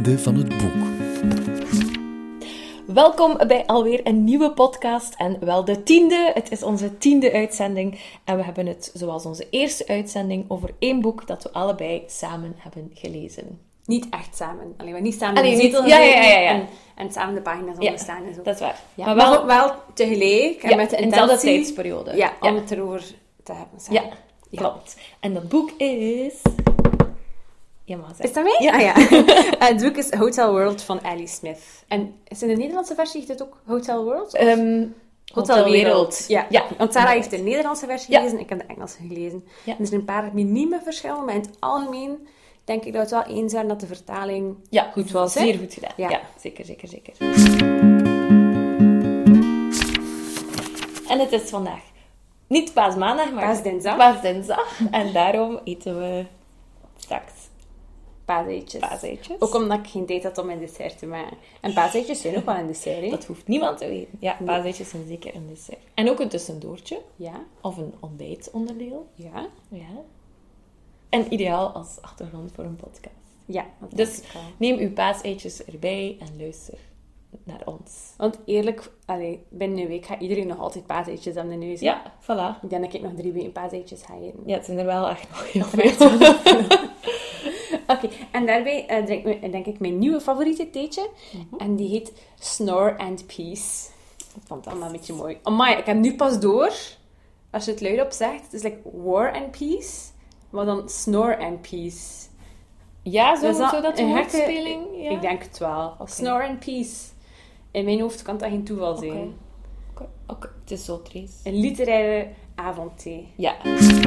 einde van het boek. Welkom bij alweer een nieuwe podcast en wel de 10e. Het is onze 10e uitzending en we hebben het, zoals onze eerste uitzending, over één boek dat we allebei samen hebben gelezen. Niet echt samen. Alleen maar niet samen in de niet, zetel ja. en samen de pagina's onderstaan en zo. Dat is waar. Ja, maar wel tegelijk en met de in dezelfde intentie. tijdsperiode. Ja, om het erover te hebben samen. Ja, klopt. En dat boek is... Ja, maar zeg. Is dat mij? Ja. Ah, ja. Het boek is Hotel World van Ali Smith. En is in de Nederlandse versie heet het ook Hotel World? Hotel Wereld. Ja. Want Sarah heeft de Nederlandse versie gelezen, ik heb de Engelse gelezen. Ja. En er zijn een paar minieme verschillen, maar in het algemeen denk ik dat we het wel eens zijn dat de vertaling goed was. Zeer goed gedaan. Ja. Ja, zeker. En het is vandaag niet paasmaandag, maar paasdinsdag. En daarom eten we straks paaseitjes. paaseitjes. Ook omdat ik geen tijd had om een dessert te maken. En paaseitjes zijn ook wel een dessert, hè? Dat hoeft niemand te weten. Ja, paaseitjes zijn zeker een dessert. En ook een tussendoortje. Ja. Of een ontbijtonderdeel. Ja. Ja. En ideaal als achtergrond voor een podcast. Ja. Dus neem uw paaseitjes erbij en luister naar ons. Want eerlijk, binnen een week gaat iedereen nog altijd paaseitjes aan de neus. Hè? Ja, voilà. Ik denk dat ik nog 3 weken paaseitjes ga eten. Ja, het zijn er wel echt nog heel veel. Oké, en daarbij denk ik mijn nieuwe favoriete theetje. En die heet Snore and Peace. Fantastisch. Allemaal een beetje mooi. Amai, ik heb nu pas door, als je het luidop zegt, het is like War and Peace, maar dan Snore and Peace. Ja, zo Dus dat de een woordspeling? Ja? Ik denk het wel. Okay. Snore and Peace. In mijn hoofd kan dat geen toeval zijn. Oké. Het is zo triest. Een literaire avondthee. Ja.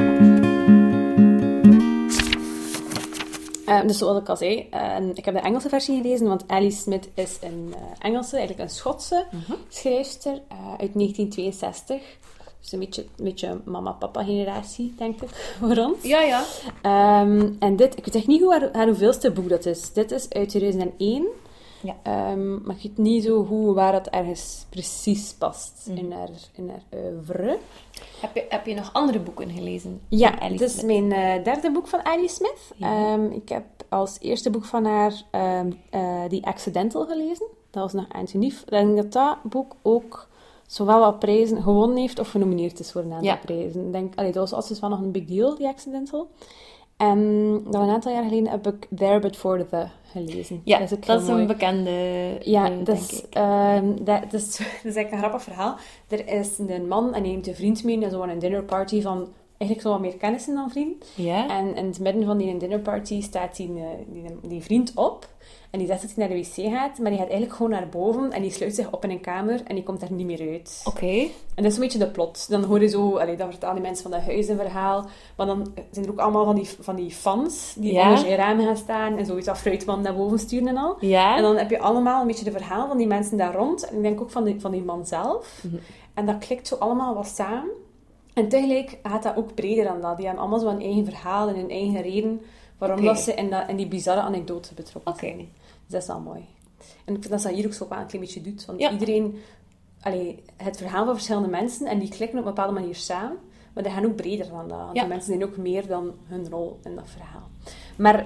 Dus zoals ik al zei, ik heb de Engelse versie gelezen, want Ali Smith is een Engelse, eigenlijk een Schotse schrijfster uit 1962. Dus een beetje mama-papa generatie, denk ik, voor ons. Ja. En dit, ik weet echt niet haar hoeveelste boek dat is. Dit is uit 2001. Ja. Maar ik weet niet zo hoe waar dat ergens precies past in haar oeuvre. Heb je nog andere boeken gelezen? Ja, Ali het is Smith? mijn derde boek van Ali Smith. Ja. Ik heb als eerste boek van haar The Accidental gelezen. Dat was nog Antonie. Ik denk dat dat boek ook zowel wat prijzen gewonnen heeft of genomineerd is voor een aantal prijzen. Ik denk, dat was altijd wel nog een big deal, The Accidental. En dan een aantal jaar geleden heb ik There But For The gelezen. Ja, dat is, dat is een bekende, dat is eigenlijk een grappig verhaal. Er is een man en hij neemt een vriend mee naar zo'n dinnerparty van eigenlijk zo wat meer kennissen dan vriend. Ja. En in het midden van die dinnerparty staat die vriend op. En die zegt dat hij naar de wc gaat, maar die gaat eigenlijk gewoon naar boven en die sluit zich op in een kamer en die komt daar niet meer uit. Oké. En dat is een beetje de plot. Dan hoor je zo, dan vertellen die mensen van dat huis een verhaal, maar dan zijn er ook allemaal van die fans die onder zijn ramen gaan staan en zoiets dat fruitman naar boven sturen en al. Ja. En dan heb je allemaal een beetje de verhaal van die mensen daar rond. En ik denk ook van die man zelf. En dat klikt zo allemaal wat samen. En tegelijk gaat dat ook breder dan dat. Die hebben allemaal zo een eigen verhaal en een eigen reden waarom dat ze in die bizarre anekdote betrokken zijn. Dus dat is wel mooi. En ik vind dat hier ook zo wel een klein beetje doet. Want iedereen... het verhaal van verschillende mensen en die klikken op een bepaalde manier samen. Maar die gaan ook breder dan dat. Want die mensen zijn ook meer dan hun rol in dat verhaal. Maar,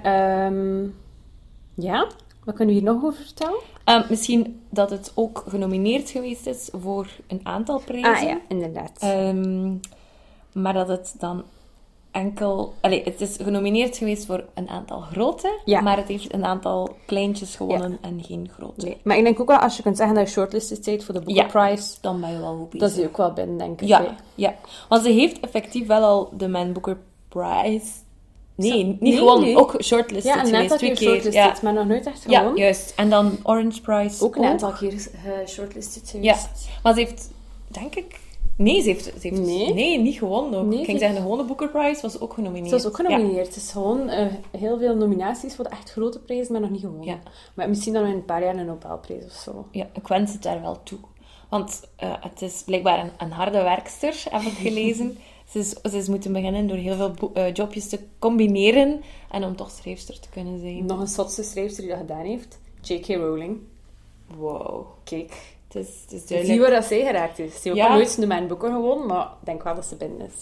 wat kunnen we hier nog over vertellen? Misschien dat het ook genomineerd geweest is voor een aantal prijzen. Ah ja, inderdaad. Maar dat het dan enkel... het is genomineerd geweest voor een aantal grote, maar het heeft een aantal kleintjes gewonnen en geen grote. Nee. Maar ik denk ook wel, als je kunt zeggen dat je shortlisted staat voor de Booker Prize, dan ben je wel goed bezig. dat is die ook wel binnen, denk ik. Ja. Want ze heeft effectief wel al de Man Booker Prize... Nee, niet gewonnen. Nee. Ook shortlisted geweest. Ja, een aantal keer shortlisted, maar nog nooit echt gewonnen. Ja, juist. En dan Orange Prize ook. Een aantal keer shortlisted geweest. Ja, maar ze heeft, denk ik... Nee, ze heeft niet gewonnen ook. Ik ging zeggen, de gewone Booker Prize was ook genomineerd. Ze was ook genomineerd. Het is gewoon heel veel nominaties voor de echt grote prijzen, maar nog niet gewonnen. Ja. Maar misschien dan in een paar jaar een Nobelprijs of zo. Ja, ik wens het daar wel toe. Want het is blijkbaar een harde werkster, heb ik gelezen. Ze is moeten beginnen door heel veel jobjes te combineren en om toch schrijfster te kunnen zijn. Nog een zotse schrijfster die dat gedaan heeft. J.K. Rowling. Wow. Kijk. Het is duidelijk. Zie waar dat zij geraakt is. Ze heeft ook nooit de Man Booker gewonnen, maar ik denk wel dat ze binnen is.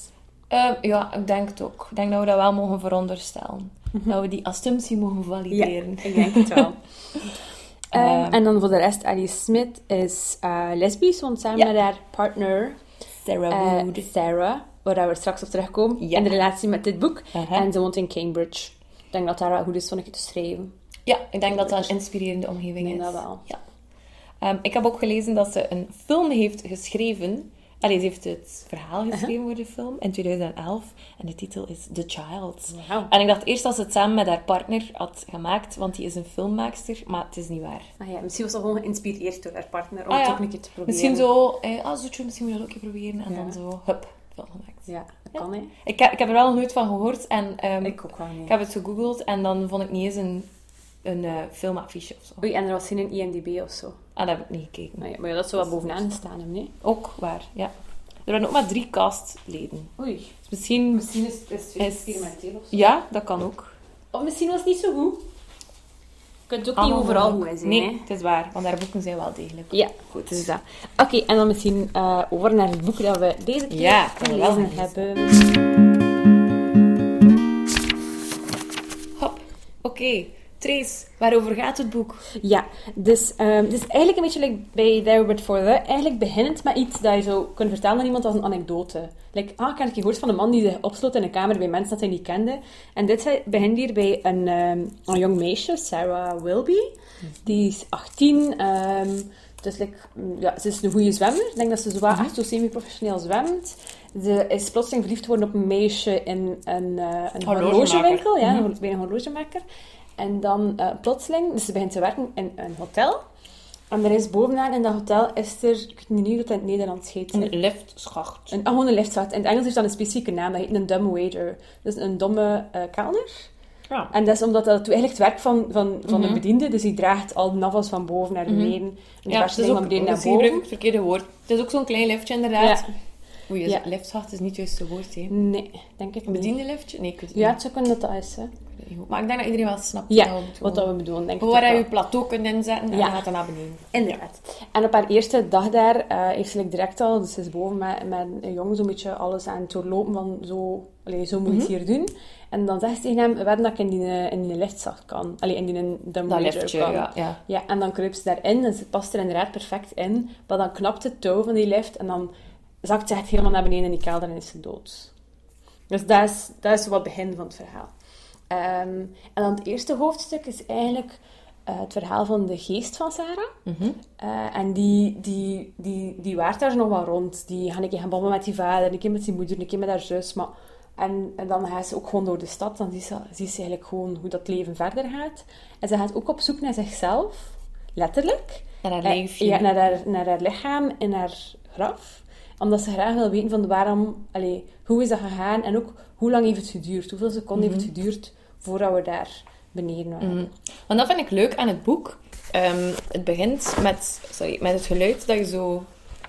Ja, ik denk het ook. Ik denk dat we dat wel mogen veronderstellen. Dat we die assumptie mogen valideren. Ja, ik denk het wel. En dan voor de rest, Alice Smith is lesbisch, want samen met haar partner Sarah Wood. Sarah, waar we straks op terugkomen, in de relatie met dit boek. En ze woont in Cambridge. Ik denk dat daar wel goed is om je te schrijven. Ja, ik denk dat dat een inspirerende omgeving is. Ik denk dat wel. Ja. Ik heb ook gelezen dat ze een film heeft geschreven. Allee, ze heeft het verhaal geschreven voor de film in 2011. En de titel is The Child. Wow. En ik dacht eerst dat ze het samen met haar partner had gemaakt, want die is een filmmaakster. Maar het is niet waar. Misschien was ze gewoon geïnspireerd door haar partner om het ook een keer te proberen. Misschien zo, zoetje, misschien moet je dat ook een keer proberen. En dan zo, hup, film gemaakt. Ja, dat kan, hè. Ik heb er wel nog nooit van gehoord. En, ik ook wel niet. Ik heb het gegoogeld en dan vond ik niet eens een filmaffiche of zo. Oei, en er was geen IMDb of zo. Dat heb ik niet gekeken. Maar dat zou wel bovenaan staan, hè? Ook waar, ja. Er waren ook maar 3 castleden. Oei. Dus misschien is het experimenteel of zo. Ja, dat kan ook. Of misschien was het niet zo goed. Je kunt het ook niet overal goed zijn, nee, hè? het is waar, want haar boeken zijn wel degelijk. Ja, goed. Dus dat. Oké, en dan misschien over naar het boek dat we deze keer gelezen hebben. Hop, oké. Trace, waarover gaat het boek? Ja, dus het is eigenlijk een beetje like bij There But For The. Eigenlijk begint het met iets dat je zou kunnen vertellen aan iemand als een anekdote. Like, ik heb gehoord van een man die zich opsloot in een kamer bij mensen dat hij niet kende. En dit begint hier bij een jong meisje, Sarah Wilby. Die is 18. Dus ze is een goede zwemmer. Ik denk dat ze zo echt zo semi-professioneel zwemt. Ze is plotseling verliefd geworden op een meisje in een horlogewinkel. Ja, bij een horlogemaker. En dan plotseling, dus ze begint te werken in een hotel. En er is bovenaan in dat hotel is er, ik weet niet hoe dat in het Nederlands heet. Een liftschacht. Gewoon een liftschacht. In het Engels heeft dat een specifieke naam, dat heet een dumb waiter. Dus een domme kelner. Ja. En dat is omdat dat eigenlijk het werk van een bediende, dus die draagt al de afwas van boven naar beneden. En die het is ook, van beneden naar boven. het verkeerde woord. Het is ook zo'n klein liftje inderdaad. Ja. Oei, liftschacht is niet juist het woord, hè? Nee, denk ik niet. Een bediendenliftje? Nee, ik weet het niet. Ja, het zou kunnen dat dat is, hè. Maar ik denk dat iedereen wel snapt wat we bedoelen. Denk waar je je plateau kunt inzetten en dan gaat het naar beneden. Inderdaad. Ja. En op haar eerste dag daar heeft ze direct al, dus ze is boven met een jongen zo'n beetje alles aan het doorlopen van zo moet je het hier doen. En dan zegt ze tegen hem, wedden dat ik in die liftzacht kan. In die dumbwaiter kan. Ja, en dan kruipt ze daarin en ze past er inderdaad perfect in. Maar dan knapt het touw van die lift en dan zakt ze echt helemaal naar beneden in die kelder en is ze dood. Dus dat is wat het begin van het verhaal. En dan het eerste hoofdstuk is eigenlijk het verhaal van de geest van Sarah. En die waart daar nog wel rond. Die gaat een keer gaan babbelen met die vader, een keer met zijn moeder, een keer met haar zus. En dan gaat ze ook gewoon door de stad. Dan ziet ze eigenlijk gewoon hoe dat leven verder gaat. En ze gaat ook op zoek naar zichzelf. Letterlijk. Naar haar leefje. Ja, naar haar lichaam in haar graf. Omdat ze graag wil weten van waarom... hoe is dat gegaan? En ook, hoe lang heeft het geduurd? Hoeveel seconden heeft het geduurd voordat we daar beneden waren? Want dat vind ik leuk aan het boek. Het begint met het geluid dat je zo...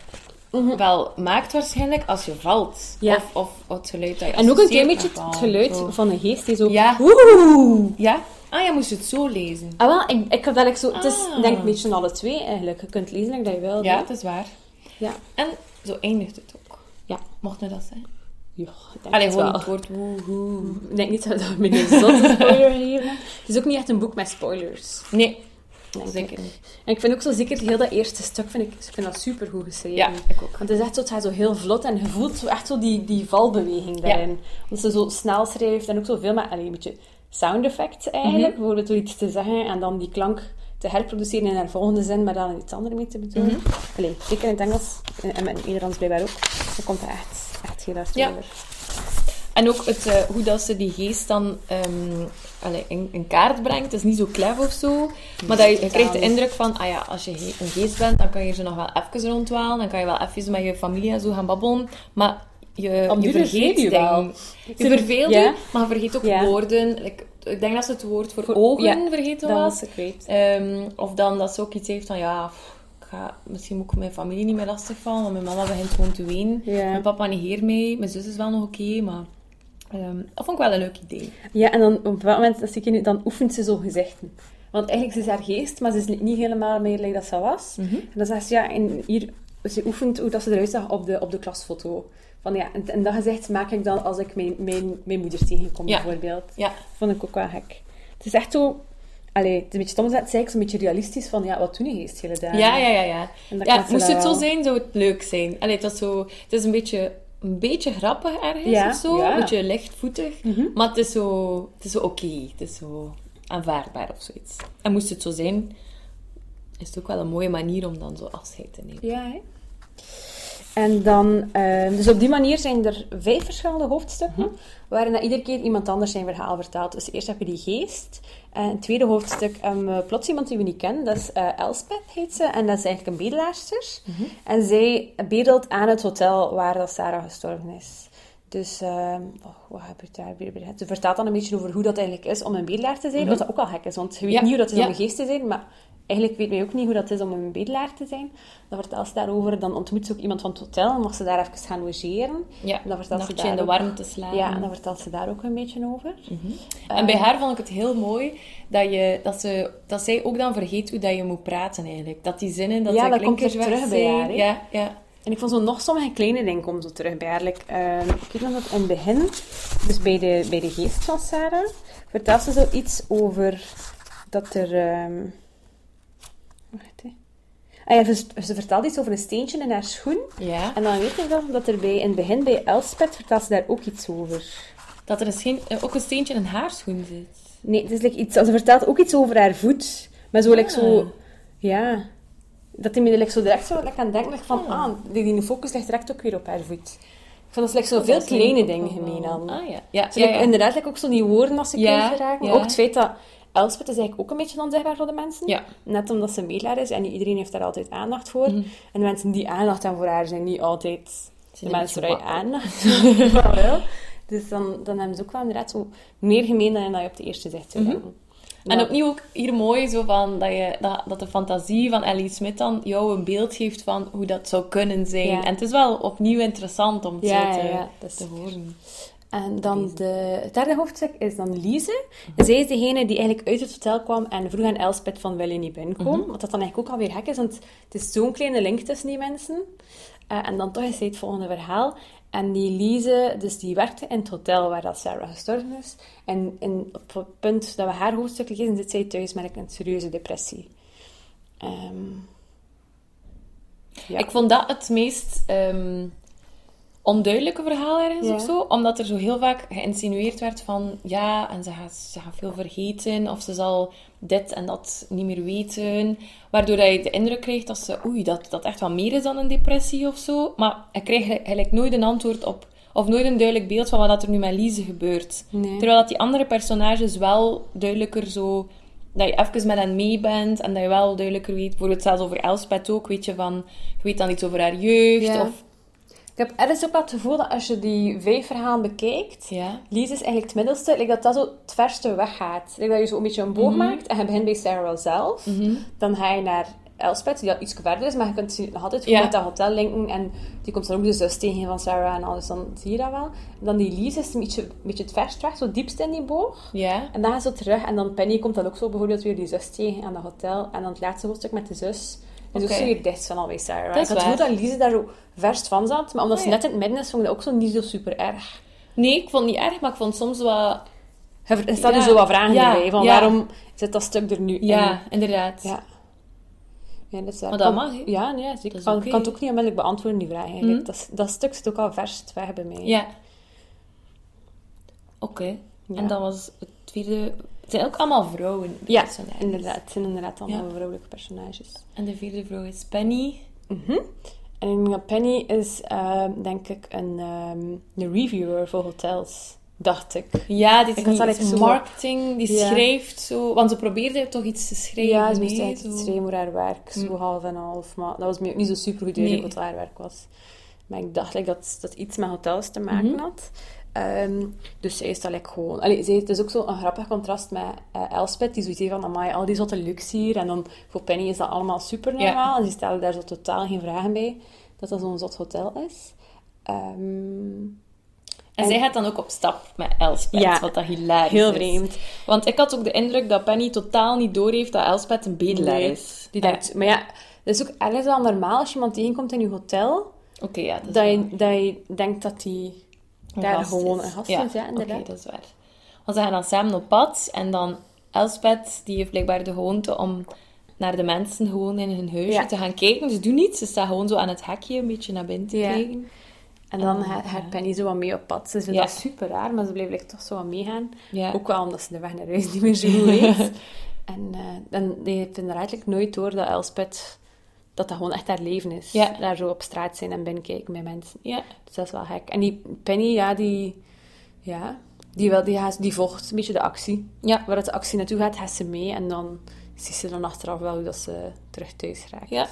wel maakt waarschijnlijk als je valt. Ja. Of het geluid dat je en ook een klein beetje het geluid van een geest die zo... Ja. Woehoe! Ja? Ah, je moest het zo lezen. Ah, wel, ik heb dat zo... Het is denk ik een beetje alle twee eigenlijk. Je kunt lezen dat je wil. Ja, het is waar. Ja. En zo eindigt het ook. Ja. Mocht nu dat zijn? Ja, ik denk gewoon het woord woehoe. Ik denk niet dat we met een zotte spoiler geven. Het is ook niet echt een boek met spoilers. Nee. Zeker niet. En ik vind ook zo zeker heel dat eerste stuk, ik vind dat super goed geschreven. Ja, ik ook. Want het is echt zo, het gaat zo heel vlot en je voelt zo echt zo die valbeweging daarin. Ja. Omdat ze zo snel schrijft en ook zo veel met een beetje sound effects eigenlijk. Bijvoorbeeld door iets te zeggen en dan die klank te herproduceren in haar volgende zin, maar dan iets anders mee te bedoelen. Zeker in het Engels en in het Nederlands blijkbaar ook. Dat komt echt heel erg over. En ook hoe dat ze die geest dan in kaart brengt. Het is niet zo klef of zo. Maar dat je krijgt de indruk van... als je een geest bent, dan kan je ze nog wel even rondwalen. Dan kan je wel even met je familie en zo gaan babbelen. Maar je vergeet dingen. Je verveelt je, maar je vergeet ook woorden. Ik denk dat ze het woord voor ogen vergeten was. Of dan dat ze ook iets heeft van... misschien moet ik mijn familie niet meer lastigvallen, want mijn mama begint gewoon te wenen. Ja. Mijn papa negeert mij. Mijn zus is wel nog oké, maar... dat vond ik wel een leuk idee. Ja, en dan op een bepaald moment, dan oefent ze zo gezichten. Want eigenlijk is haar geest, maar ze is niet helemaal meer like dat ze was. En dan zegt ze, hier, ze oefent hoe dat ze eruit zag op de klasfoto Van ja, en dat gezicht maak ik dan als ik mijn moeder tegenkom, bijvoorbeeld. Ja. Vond ik ook wel gek. Het is echt zo... Allee, het is een beetje stom gezegd, het is een beetje realistisch van, ja, wat doen die geest hele dagen? Ja. Moest het zo zijn, zou het leuk zijn. Allee, het is een beetje grappig ergens of zo. Een beetje lichtvoetig. Maar het is zo oké. Het is zo aanvaardbaar of zoiets. En moest het zo zijn, is het ook wel een mooie manier om dan zo afscheid te nemen. Ja, hè? En dan... dus op die manier zijn er 5 verschillende hoofdstukken, waarin dat iedere keer iemand anders zijn verhaal vertelt. Dus eerst heb je die geest. En het tweede hoofdstuk, plots iemand die we niet kennen. Dat is Elspeth, heet ze. En dat is eigenlijk een bedelaarster. En zij bedelt aan het hotel waar dat Sarah gestorven is. Dus, wat gebeurt daar weer? Ze vertelt dan een beetje over hoe dat eigenlijk is om een bedelaar te zijn. Wat dat ook al gek is, want je weet niet hoe dat is om een geest te zijn, maar eigenlijk weet wij ook niet hoe dat is om een bedelaar te zijn. Dan vertelt ze daarover, dan ontmoet ze ook iemand van het hotel, dan mag ze daar even gaan logeren. Ja, en dan vertelt nachtje in de warmte slapen. Ja, en dan vertelt ze daar ook een beetje over. En bij haar vond ik het heel mooi dat zij ook dan vergeet hoe dat je moet praten eigenlijk. Dat die zinnen, dat dat komt weer terug bij haar. Hè? Ja. En ik vond zo nog sommige kleine dingen komen zo terug bij haar. Ik weet nog dat in het begin, dus bij de geest van Sarah, vertelt ze zoiets over dat er... wacht, hè. Ze vertelt iets over een steentje in haar schoen. Ja. En dan weet ik dan dat er in het begin bij Elspeth vertelt ze daar ook iets over. Dat er ook een steentje in haar schoen zit. Nee, het is like iets... Ze vertelt ook iets over haar voet. Maar zo, zo... Ja... Dat hij me zo direct zo aan denken van... die focus ligt direct ook weer op haar voet. Ik vond dat zo veel kleine dingen gemeen aan. Inderdaad, ook zo die woorden als ze kwijtraken. Maar ook het feit dat... Elspeth is eigenlijk ook een beetje onzichtbaar voor de mensen. Ja. Net omdat ze bedelaar is en niet iedereen heeft daar altijd aandacht voor. En de mensen die aandacht hebben voor haar zijn niet altijd de mensen waar je aandacht voor wel. Dus dan hebben ze ook wel inderdaad zo meer gemeen dan je op de eerste zicht zou denken. En opnieuw ook hier mooi zo van dat de fantasie van Ellie Smith dan jou een beeld geeft van hoe dat zou kunnen zijn. Ja. En het is wel opnieuw interessant om het te horen. En dan het derde hoofdstuk is dan Lise. En zij is degene die eigenlijk uit het hotel kwam en vroeg aan Elspeth van, wil je niet binnenkomen? Wat dat dan eigenlijk ook alweer gek is, want het is zo'n kleine link tussen die mensen. En dan toch is zij het volgende verhaal. En die Lise, dus die werkte in het hotel waar dat Sarah gestorven is. En op het punt dat we haar hoofdstuk lezen, zit zij thuis met een serieuze depressie. Ik vond dat het meest onduidelijke verhaal ergens of zo. Omdat er zo heel vaak geïnsinueerd werd van... Ja, en ze gaat veel vergeten. Of ze zal dit en dat niet meer weten. Waardoor je de indruk krijgt dat ze... dat echt wel meer is dan een depressie of zo. Maar ik krijg eigenlijk nooit een antwoord op... Of nooit een duidelijk beeld van wat er nu met Lise gebeurt. Nee. Terwijl dat die andere personages wel duidelijker zo... Dat je even met hen mee bent en dat je wel duidelijker weet... Bijvoorbeeld zelfs over Elspeth ook, weet je van... Je weet dan iets over haar jeugd of... Ik heb ergens ook wel het gevoel dat als je die 5 verhalen bekijkt, Lise is eigenlijk het middelste, dat dat zo het verste weggaat. Dat je zo een beetje een boog maakt en je begint bij Sarah zelf. Dan ga je naar Elspeth, die dat iets verder is, maar je kunt nog altijd met dat hotel linken. En die komt dan ook de zus tegen van Sarah en alles, dan zie je dat wel. En dan die Lise is een beetje het verst weg, zo het diepst in die boog. Ja. En dan gaat ze terug en dan Penny komt dan ook zo bijvoorbeeld weer die zus tegen aan dat hotel. En dan het laatste hoofdstuk met de zus... Dus ook zo weer dicht van alweer Sarah. Ik had het gevoel dat Lise daar zo verst van zat. Maar omdat ze net in het midden is, vond ik dat ook zo niet zo super erg. Nee, ik vond het niet erg, maar ik vond soms wel... Er staan nu zo wat vragen bij. Van waarom zit dat stuk er nu in? Ja, inderdaad. Ja, dat is maar dat mag, hè? Ja, nee, zeker. Ik kan het ook niet onmiddellijk beantwoorden, die vraag eigenlijk. Dat stuk zit ook al verst weg bij mij. Ja. Oké. En dat was het vierde... Het zijn ook allemaal vrouwen. Ja, inderdaad. Het zijn inderdaad allemaal vrouwelijke personages. En de vierde vrouw is Penny. En Penny is, denk ik, een reviewer voor hotels. Dacht ik. Ja, dit is marketing. Die schrijft zo... Want ze probeerde toch iets te schrijven. Ja, ze moest iets schrijven voor haar werk. Zo half en half. Maar dat was me ook niet zo super goed duidelijk wat haar werk was. Maar ik dacht dat iets met hotels te maken had. Dus zij is dat gewoon... Het is ook zo een grappig contrast met Elspeth, die zoiets heeft van, amai, al die zotte luxe hier. En dan voor Penny is dat allemaal super normaal. En ze stelde daar zo totaal geen vragen bij dat dat zo'n zot hotel is. En zij gaat dan ook op stap met Elspeth, wat dat hilarisch is. Heel vreemd. Want ik had ook de indruk dat Penny totaal niet doorheeft dat Elspeth een bedelaar is. Die denkt, maar ja, dat is ook ergens wel normaal als je iemand tegenkomt in je hotel... Oké, ja, dat is Dat je denkt dat die daar gast gewoon is. een gast Ja, is, ja, inderdaad. Oké, dat is waar. Want ze gaan dan samen op pad en dan Elspeth, die heeft blijkbaar de gewoonte om naar de mensen gewoon in hun huisje te gaan kijken. Ze doet niets, ze staat gewoon zo aan het hekje een beetje naar binnen te kijken. En dan gaat Penny zo wat mee op pad. Ze vindt dat super raar, maar ze blijft like, toch zo wat meegaan. Ja. Ook wel omdat ze de weg naar huis niet meer zo goed weet. En die vinden er eigenlijk nooit door dat Elspeth... Dat gewoon echt haar leven is. Ja. Daar zo op straat zijn en binnenkijken bij mensen. Ja. Dus dat is wel gek. En die Penny, die volgt een beetje de actie. Ja. Waar de actie naartoe gaat, gaat ze mee. En dan ziet ze dan achteraf wel hoe dat ze terug thuis raakt. Ja.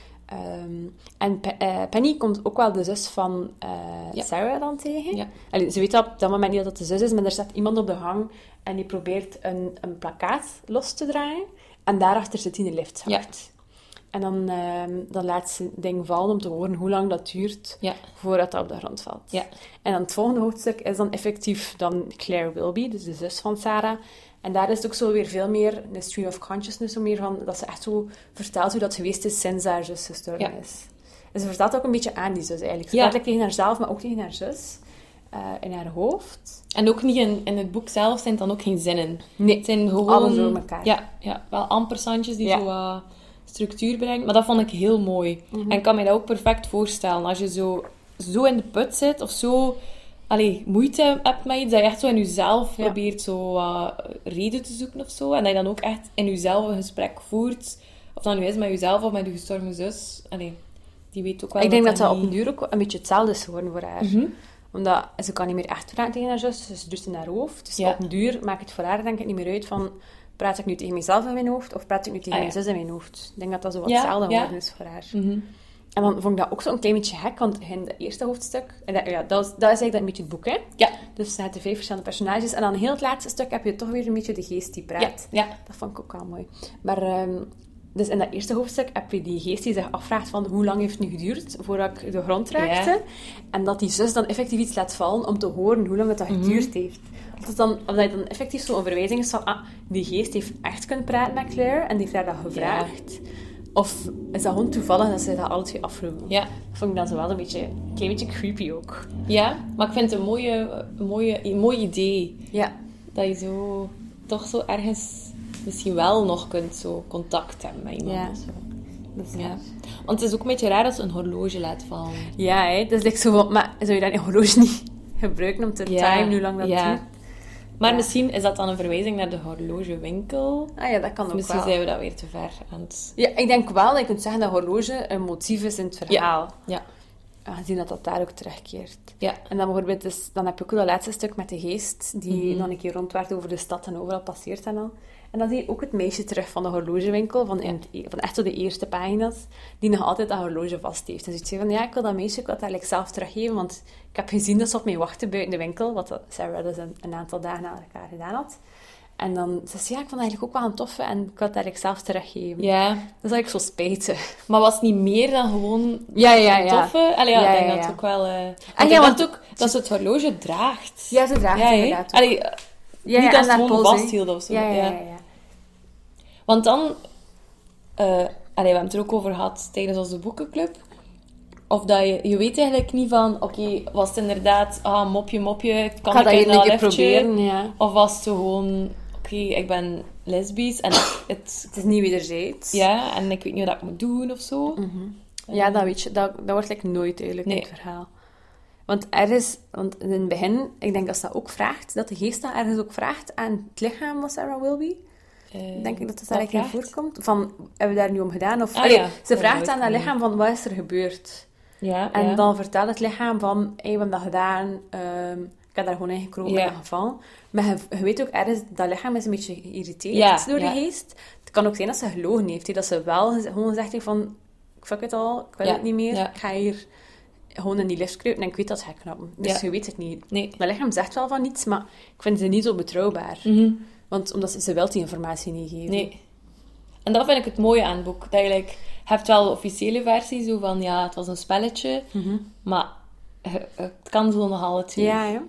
En Penny komt ook wel de zus van Sarah dan tegen. Ja. Allee, ze weet op dat moment niet dat het de zus is, maar er staat iemand op de gang en die probeert een plakkaat los te draaien. En daarachter zit hij in de liftschacht. En dan laat ze het ding vallen om te horen hoe lang dat duurt voordat dat op de grond valt. Ja. En dan het volgende hoofdstuk is dan effectief dan Claire Wilby, dus de zus van Sarah. En daar is het ook zo weer veel meer de stream of consciousness, zo meer van, dat ze echt zo vertelt hoe dat geweest is sinds haar zus gestorven is. En ze vertelt ook een beetje aan die zus eigenlijk. Ze vertelt tegen haarzelf, maar ook tegen haar zus. In haar hoofd. En ook niet in het boek zelf zijn het dan ook geen zinnen. Nee, het zijn gewoon... alles door elkaar. Ja, wel ampersandjes die zo wat structuur brengen. Maar dat vond ik heel mooi. En ik kan me dat ook perfect voorstellen. Als je zo in de put zit, of zo... moeite hebt met iets, dat je echt zo in jezelf probeert zo reden te zoeken of zo. En dat je dan ook echt in jezelf een gesprek voert. Of dat nu is met jezelf of met je gestorven zus. Die weet ook wel. Ik denk dat dat op een duur ook een beetje hetzelfde is geworden voor haar. Omdat ze kan niet meer echt praten tegen haar zus, dus ze doet het in haar hoofd. Dus op een duur maakt het voor haar denk ik niet meer uit van... Praat ik nu tegen mezelf in mijn hoofd, of praat ik nu tegen mijn zus in mijn hoofd? Ik denk dat dat zo wat hetzelfde geworden is voor haar. En dan vond ik dat ook zo een klein beetje gek, want in het eerste hoofdstuk... dat is eigenlijk een beetje het boek, hè? Ja. Dus je hebt de 5 verschillende personages. En dan heel het laatste stuk heb je toch weer een beetje de geest die praat. Ja. Dat vond ik ook wel mooi. Maar... Dus in dat eerste hoofdstuk heb je die geest die zich afvraagt van hoe lang heeft het nu geduurd voordat ik de grond raakte. Ja. En dat die zus dan effectief iets laat vallen om te horen hoe lang het dat geduurd heeft. Of dat je dan effectief zo'n verwijzing is van, die geest heeft echt kunnen praten met Claire en die heeft haar dat gevraagd. Ja. Of is dat gewoon toevallig dat ze dat alle twee afvroegen? Ja. Dat vond ik dan zo wel een klein beetje creepy ook. Ja, maar ik vind het een mooi idee. Ja. Dat je zo toch zo ergens... misschien wel nog kunt zo contact hebben met iemand. Ja. Of zo. Dus, want het is ook een beetje raar als ze een horloge laat vallen. Ja, hè? Dat is like zo van... Maar zou je dat horloge niet gebruiken om te timen hoe lang dat duurt? Maar misschien is dat dan een verwijzing naar de horlogewinkel. Ah ja, dat kan ook misschien wel. zijn we dat weer te ver aan het... Ja, ik denk wel dat je kunt zeggen dat horloge een motief is in het verhaal. Ja. Aangezien dat daar ook terugkeert. Ja. En dan bijvoorbeeld, dus, dan heb je ook dat laatste stuk met de geest, die nog een keer rondwaart over de stad en overal passeert en al. En dan zie je ook het meisje terug van de horlogewinkel, van echt zo de eerste pagina's, die nog altijd dat horloge vast heeft. En ze zegt van, ik wil dat meisje, ik wil dat eigenlijk zelf teruggeven, want ik heb gezien dat ze op mij wachten buiten de winkel, wat Sarah dus een aantal dagen na elkaar gedaan had. En dan zei ze, ik vond het eigenlijk ook wel een toffe en ik wil het eigenlijk zelf teruggeven. Ja. Dat is eigenlijk zo spijtig. Maar was het niet meer dan gewoon een toffe? Ik denk dat het ook wel... want ook dat ze het horloge draagt. Ja, ze draagt het inderdaad. Niet dat ze het gewoon vasthield of zo. Ja. Want dan... we hebben het er ook over gehad tijdens onze boekenclub. Of dat je weet eigenlijk niet van... Oké, was het inderdaad... mopje, kan ik dat een keer proberen, ja. Of was het gewoon... Oké, ik ben lesbisch en het is niet wederzijds. Ja, en ik weet niet wat ik moet doen of zo. Ja, dat weet je. Dat wordt nooit duidelijk in het verhaal. Want in het begin, ik denk dat ze dat ook vraagt, dat de geest dat ergens ook vraagt aan het lichaam van Sarah Wilby. Denk ik dat het daar eigenlijk in voorkomt. Van, hebben we daar nu om gedaan? Of, ze vraagt aan dat lichaam van, wat is er gebeurd? Ja, en dan vertelt het lichaam van, we hebben dat gedaan, ik heb daar gewoon in gekropen in dat geval. Maar je weet ook ergens, dat lichaam is een beetje geïrriteerd door de geest. Het kan ook zijn dat ze gelogen heeft. Dat ze wel gewoon zegt van, fuck it all, ik wil het niet meer. Ik ga hier gewoon in die lift kruipen en ik weet dat ze gaat knappen. Dus je weet het niet. Nee. Dat lichaam zegt wel van niets, maar ik vind ze niet zo betrouwbaar. Want omdat ze wil die informatie niet geven. Nee. En dat vind ik het mooie aan het boek. Dat je hebt wel de officiële versie, zo van het was een spelletje, maar het kan zo nog alle twee. Ja.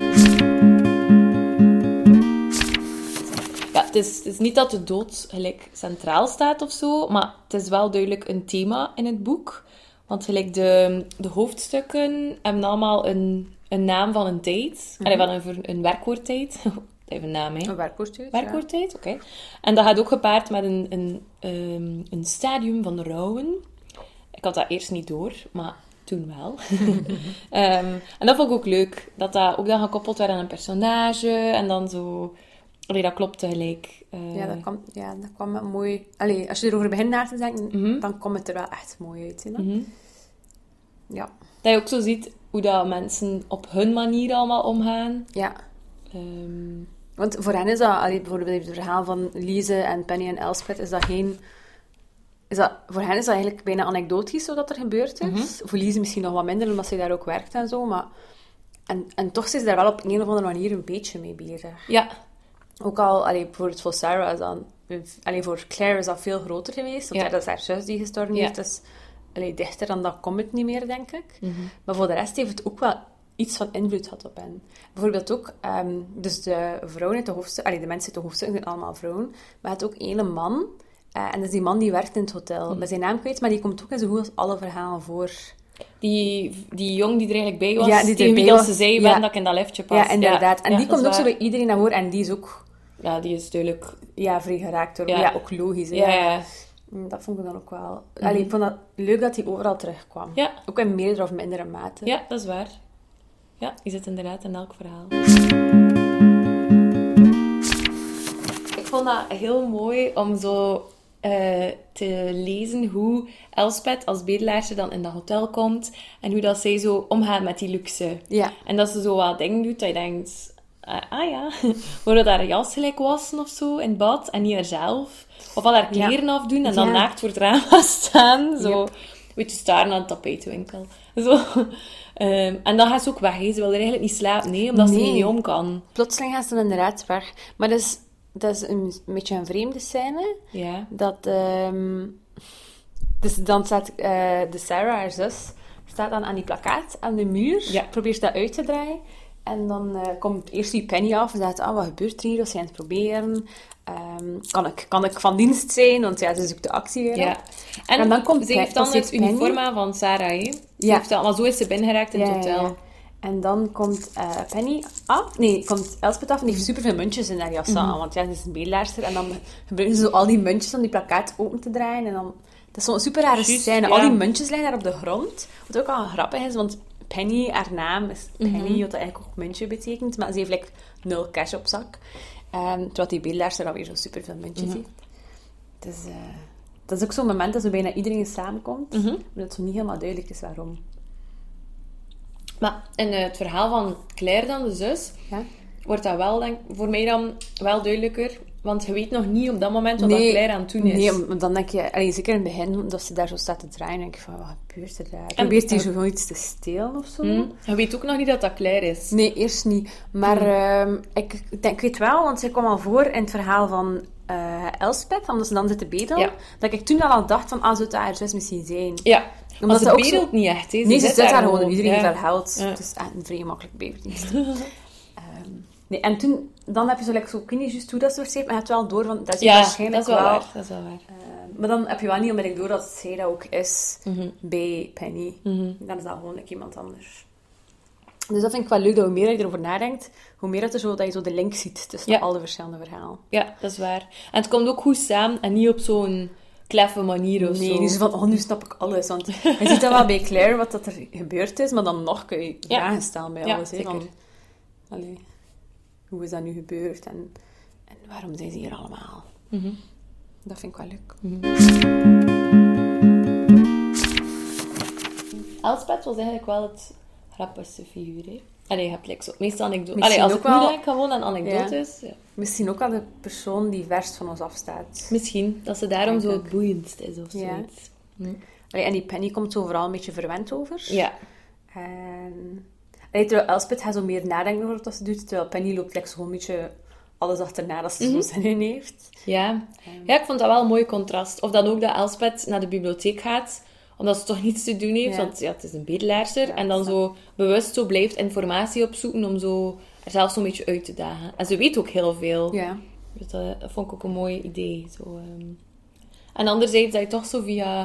Ja, het is niet dat de dood gelijk centraal staat of zo, maar het is wel duidelijk een thema in het boek. Want gelijk de hoofdstukken hebben allemaal een naam van een tijd. Allee, van een werkwoordtijd. Even een naam, hè. Een werkwoordtijd, Werkwoordtijd, oké. En dat gaat ook gepaard met een stadium van rouwen. Ik had dat eerst niet door, maar toen wel. En dat vond ik ook leuk. Dat ook dan gekoppeld werd aan een personage. En dan zo... Allee, dat klopte gelijk. Dat kwam mooi... Allee, als je erover begint na te denken, dan komt het er wel echt mooi uit. Hè? Ja. Dat je ook zo ziet hoe dat mensen op hun manier allemaal omgaan. Ja. Want voor hen is dat... Allee, bijvoorbeeld het verhaal van Lise en Penny en Elspeth, voor hen is dat eigenlijk bijna anekdotisch, wat er gebeurd is. Voor Lise misschien nog wat minder, omdat zij daar ook werkt en zo. Maar... En toch is ze daar wel op een of andere manier een beetje mee bezig. Ja. Ook al, bijvoorbeeld voor Sarah is dan... voor Claire is dat veel groter geweest. Want dat is haar zus die gestorven heeft. Dus dichter dan dat komt het niet meer, denk ik. Maar voor de rest heeft het ook wel iets van invloed gehad op hen. Bijvoorbeeld ook... dus de vrouwen uit de hoofdstuk... de mensen uit de hoofdstuk zijn allemaal vrouwen. Maar het ook één man. En dat is die man die werkt in het hotel. Met zijn naam kwijt, maar die komt ook in zo goed als alle verhalen voor... Die jong die er eigenlijk bij was, ja, die tegen wie dat ze zei dat ik in dat liftje pas. Ja, inderdaad. En die komt ook zo bij iedereen naar voren. En die is ook... Ja, die is duidelijk... Ja, vrij geraakt door... Ja, ook logisch. Ja. Dat vond ik dan ook wel... Ik vond het leuk dat hij overal terugkwam. Ja. Ook in meerdere of mindere mate. Ja, dat is waar. Ja, die zit inderdaad in elk verhaal. Ik vond dat heel mooi om zo... te lezen hoe Elspeth als bedelaarster dan in dat hotel komt en hoe dat zij zo omgaat met die luxe. Ja. En dat ze zo wat dingen doet dat je denkt, hoe dat haar jas gelijk wassen of zo in bad en niet haarzelf. Of al haar kleren afdoen en dan naakt voor het raam staan. Zo. Een beetje staren aan de tapijtwinkel. Zo. En dan gaat ze ook weg. Ze wil er eigenlijk niet slapen. Nee, omdat ze niet om kan. Plotseling gaat ze inderdaad weg. Maar dat is een beetje een vreemde scène. Ja. Dat... dus dan staat de Sarah, haar zus, staat dan aan die plakkaat aan de muur. Ja. Probeert dat uit te draaien. En dan komt eerst die Penny af en zegt, wat gebeurt er hier? Wat zijn aan het proberen? Kan ik van dienst zijn? Want ze zoekt de actie weer op. En dan komt ze heeft dan het uniform aan van Sarah, hè? Maar zo is ze binnengeraakt in het hotel. Ja. En dan komt Penny af. Nee, komt Elspeth af en die heeft superveel muntjes in haar jas aan. Want ze is een bedelaarster. En dan gebruiken ze zo al die muntjes om die plakkaat open te draaien. En dan... Dat is zo'n super rare scène. Al die muntjes liggen daar op de grond. Wat ook al grappig is, want Penny, haar naam is Penny, wat eigenlijk ook muntje betekent. Maar ze heeft like 0 cash op zak. Terwijl die bedelaarster dan weer zo superveel muntjes heeft. Dus dat is ook zo'n moment dat zo bijna iedereen samenkomt. Maar dat het zo niet helemaal duidelijk is waarom. Maar in het verhaal van Claire dan, de zus, wordt dat wel, voor mij dan wel duidelijker. Want je weet nog niet op dat moment wat Claire aan het doen is. Nee, maar dan denk je... zeker in het begin, dat ze daar zo staat te draaien, denk je van, wat gebeurt er daar? Probeert hij zo iets te stelen of zo? Je weet ook nog niet dat Claire is. Nee, eerst niet. Maar ik weet wel, want zij kwam al voor in het verhaal van Elspeth, omdat ze dan zit te bedelen. Ja. Dat ik toen al dacht van, zou het haar zus misschien zijn? Ja, omdat ze bedelt zo... niet echt. Nee, ze zit daar gewoon. Iedereen heeft haar geld. Het is echt een vrij makkelijk beverdienst. Nee, en dan heb je zo ik weet niet juist hoe dat zo schreef, maar je hebt wel door van, dat is waarschijnlijk dat is wel waar. Dat is wel waar. Maar dan heb je wel niet onmiddellijk door dat zij dat ook is bij Penny. Dan is dat gewoon iemand anders. Dus dat vind ik wel leuk, dat hoe meer je erover nadenkt, hoe meer dat je zo de link ziet tussen al de verschillende verhalen. Ja, dat is waar. En het komt ook goed samen en niet op zo'n kleffe manier of zo. Nee, niet zo van, nu snap ik alles. Want je ziet dan wel bij Claire wat dat er gebeurd is, maar dan nog kun je vragen stellen bij alles. Zeker. Hoe is dat nu gebeurd en waarom zijn ze hier allemaal? Dat vind ik wel leuk. Elspeth was eigenlijk wel het grappigste figuur, hè? Je hebt zo, meestal anekdotes. Als ik nu denk, gewoon aan anekdotes. Ja. Misschien ook wel de persoon die verst van ons afstaat. Misschien, dat ze daarom zo het boeiendst is of zoiets. En die Penny komt zo vooral een beetje verwend over. Ja. Terwijl Elspeth gaat zo meer nadenken over wat ze doet, terwijl Penny loopt zo een beetje alles achterna dat ze zo zin in heeft. Ja. Ik vond dat wel een mooi contrast. Of dan ook dat Elspeth naar de bibliotheek gaat, omdat ze toch niets te doen heeft, want het is een bedelaarster, en dan zo bewust zo blijft informatie opzoeken om zo er zelf zo'n beetje uit te dagen. En ze weet ook heel veel. Ja. Dus dat vond ik ook een mooi idee. Zo, En anderzijds dat je toch zo via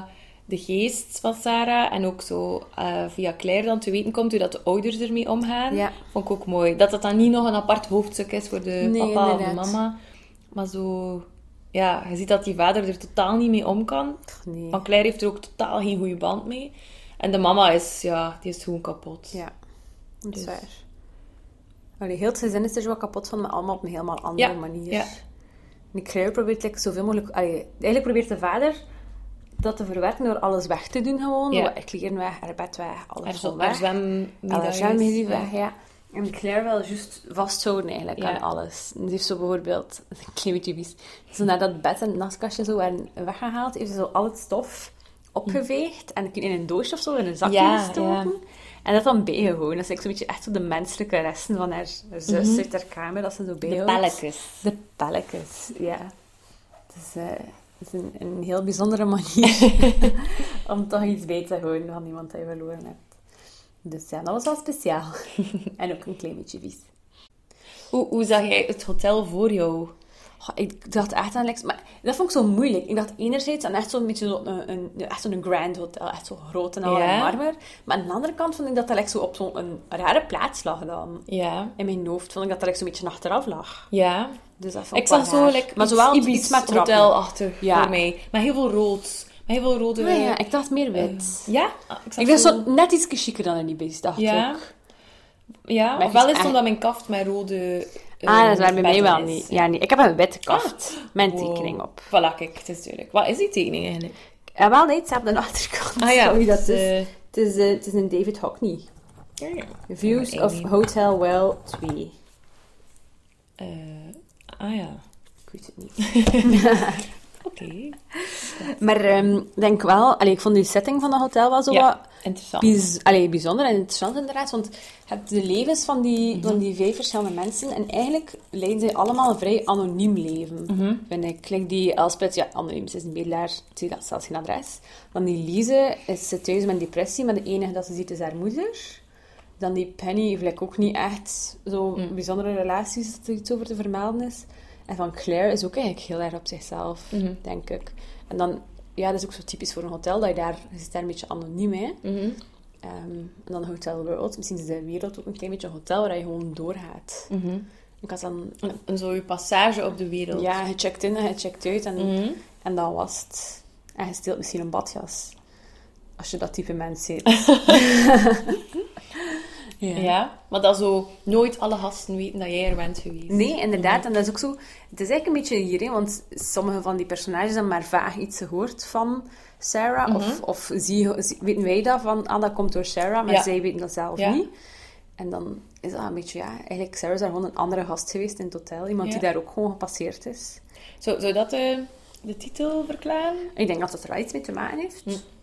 de geest van Sarah en ook zo via Claire dan te weten komt hoe dat de ouders ermee omgaan. Ja. Vond ik ook mooi. Dat dat dan niet nog een apart hoofdstuk is voor de papa of de inderdaad. mama. Maar zo... Ja, je ziet dat die vader er totaal niet mee om kan. Nee. Want Claire heeft er ook totaal geen goede band mee. En de mama is, die is gewoon kapot. Ja, dat is Dus- waar. Allee, heel het gezin is er zo wat kapot van, maar allemaal op een helemaal andere manier. Ja. En Claire probeert zoveel mogelijk... eigenlijk probeert de vader dat te verwerken door alles weg te doen gewoon. Ja. Haar kleren weg, haar bed weg, alles Haar gewoon weg. zwemmedailles. zwemmedailles weg, ja. En Claire wil juist vasthouden eigenlijk Ja. aan alles. En ze heeft zo bijvoorbeeld... Een klein beetje vies. Zo naar dat bed en het nastkastje zo werden weggehaald, heeft ze zo al het stof opgeveegd en in een doosje of zo in een zakje Ja, gestoken. ja. En dat dan bijgehouden. Dat is like zo'n beetje echt zo de menselijke resten van haar zus uit haar kamer, dat ze zo De bijhoudt. pelletjes. De pelletjes, ja. Het is een heel bijzondere manier om toch iets bij te houden van iemand die je verloren hebt. Dus ja, dat was wel speciaal. En ook een klein beetje vies. Hoe zag jij het hotel voor jou? Goh, ik dacht echt aan Lex, maar dat vond ik zo moeilijk. Ik dacht enerzijds aan echt zo'n beetje echt zo'n grand hotel, echt zo groot en al Ja. in marmer. Maar aan de andere kant vond ik dat Lex zo op zo'n rare plaats lag dan. Ja. In mijn hoofd vond ik dat Lex zo'n beetje achteraf lag. Ja. Dus dat vond Ik wel zag zo raar. Maar zowel iets met trappen. hotelachtig Ja. voor mij. Met heel veel rood. Met heel veel rode... Maar ja, ik dacht meer wit. Ja? Ik Ik dacht zo net iets chiquer dan in Ibis, dacht Ja. ik. Ja, Maar ofwel is echt- het omdat mijn kaft met rode... Dat is waar bij mij bedden wel is. niet. Ja, nee. Ik heb een witte kaft. Met een Wow. tekening op. Voilà, kijk, het is duidelijk. Wat is die tekening eigenlijk? En wel, nee, het staat op de achterkant. Ah ja, Sorry, dat het is. Het is een David Hockney. Views Ja, of Hotel Well 2. ja. Ik weet het niet. Oké. Maar ik denk wel... ik vond die setting van het hotel wel zo wat... Ja, interessant. Bijzonder en interessant inderdaad, want je hebt de levens van die 5 verschillende mensen en eigenlijk leiden ze allemaal een vrij anoniem leven. Vind ik. Like die Elspeth, ja, anoniem, ze is een bedelaar, ze heeft zelfs geen adres. Dan die Lise zit thuis met depressie, maar de enige dat ze ziet is haar moeder. Dan die Penny heeft like, ook niet echt zo bijzondere relaties, dat er iets over te vermelden is. En van Claire is ook eigenlijk heel erg op zichzelf, denk ik. En dan, ja, dat is ook zo typisch voor een hotel, dat je zit daar een beetje anoniem, hè. En dan Hotel World. Misschien is de wereld ook een klein beetje een hotel waar je gewoon doorgaat. Ik had dan... En zo je passage op de wereld. Ja, je checkt in en je checkt uit en dat was het. En je steelt misschien een badjas. Als je dat type mens ziet. Ja, maar dat zo nooit alle gasten weten dat jij er bent geweest. Nee, inderdaad. En dat is ook zo... Het is eigenlijk een beetje hierin, want sommige van die personages hebben maar vaag iets gehoord van Sarah. Of weten wij dat van, dat komt door Sarah, maar Ja. zij weten dat zelf Ja. niet. En dan is dat een beetje, eigenlijk Sarah is daar gewoon een andere gast geweest in het hotel. Iemand Ja. die daar ook gewoon gepasseerd is. Zou dat de titel verklaren? Ik denk dat het er wel iets mee te maken heeft.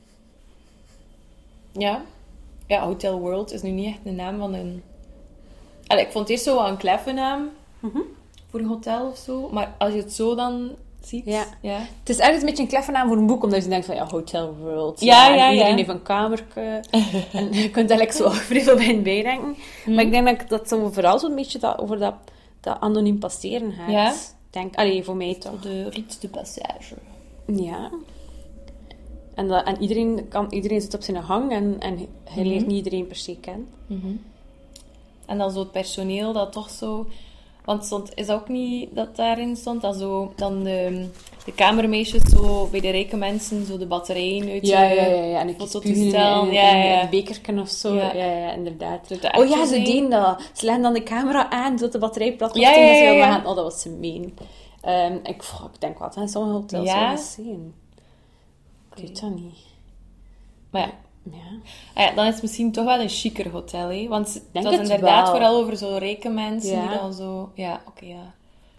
Ja. Ja, Hotel World is nu niet echt de naam van een... Ik vond het eerst zo wel een kleffe naam voor een hotel of zo. Maar als je het zo dan ziet... Ja. Ja. Het is ergens een beetje een kleffe naam voor een boek, omdat je denkt van, ja, Hotel World. Ja, en iedereen ja. heeft een kamertje. En je kunt eigenlijk zo vrij veel bij denken. Maar ik denk dat zo vooral zo'n beetje over dat anoniem passeren gaat. Ja. Denk, voor mij toch. De Rite de Passage. Ja. En iedereen zit op zijn gang en hij leert niet iedereen per se kennen. En dan zo het personeel dat toch zo... Want is dat ook niet dat daarin stond? Dat zo, dan de kamermeisjes zo bij de rijke mensen zo de batterijen uit Ja. En ik fototoestel. in een bekerken of zo. Ja. Ja, inderdaad. Zo te Oh ja, actjes ze zijn. deden dat. Ze legden dan de camera aan, zodat de batterij plat was. Ja, tegen dat ze ja. wilden gaan. Oh, dat was ze meen. Ik denk wat aan sommige hotels Ja. zouden zien. Ik weet dat niet. Maar ja. Ja. Dan is het misschien toch wel een chiquer hotel, hè? Want het Denk was het inderdaad wel. vooral over zo rijke mensen Ja. die dan zo... Ja, oké, ja.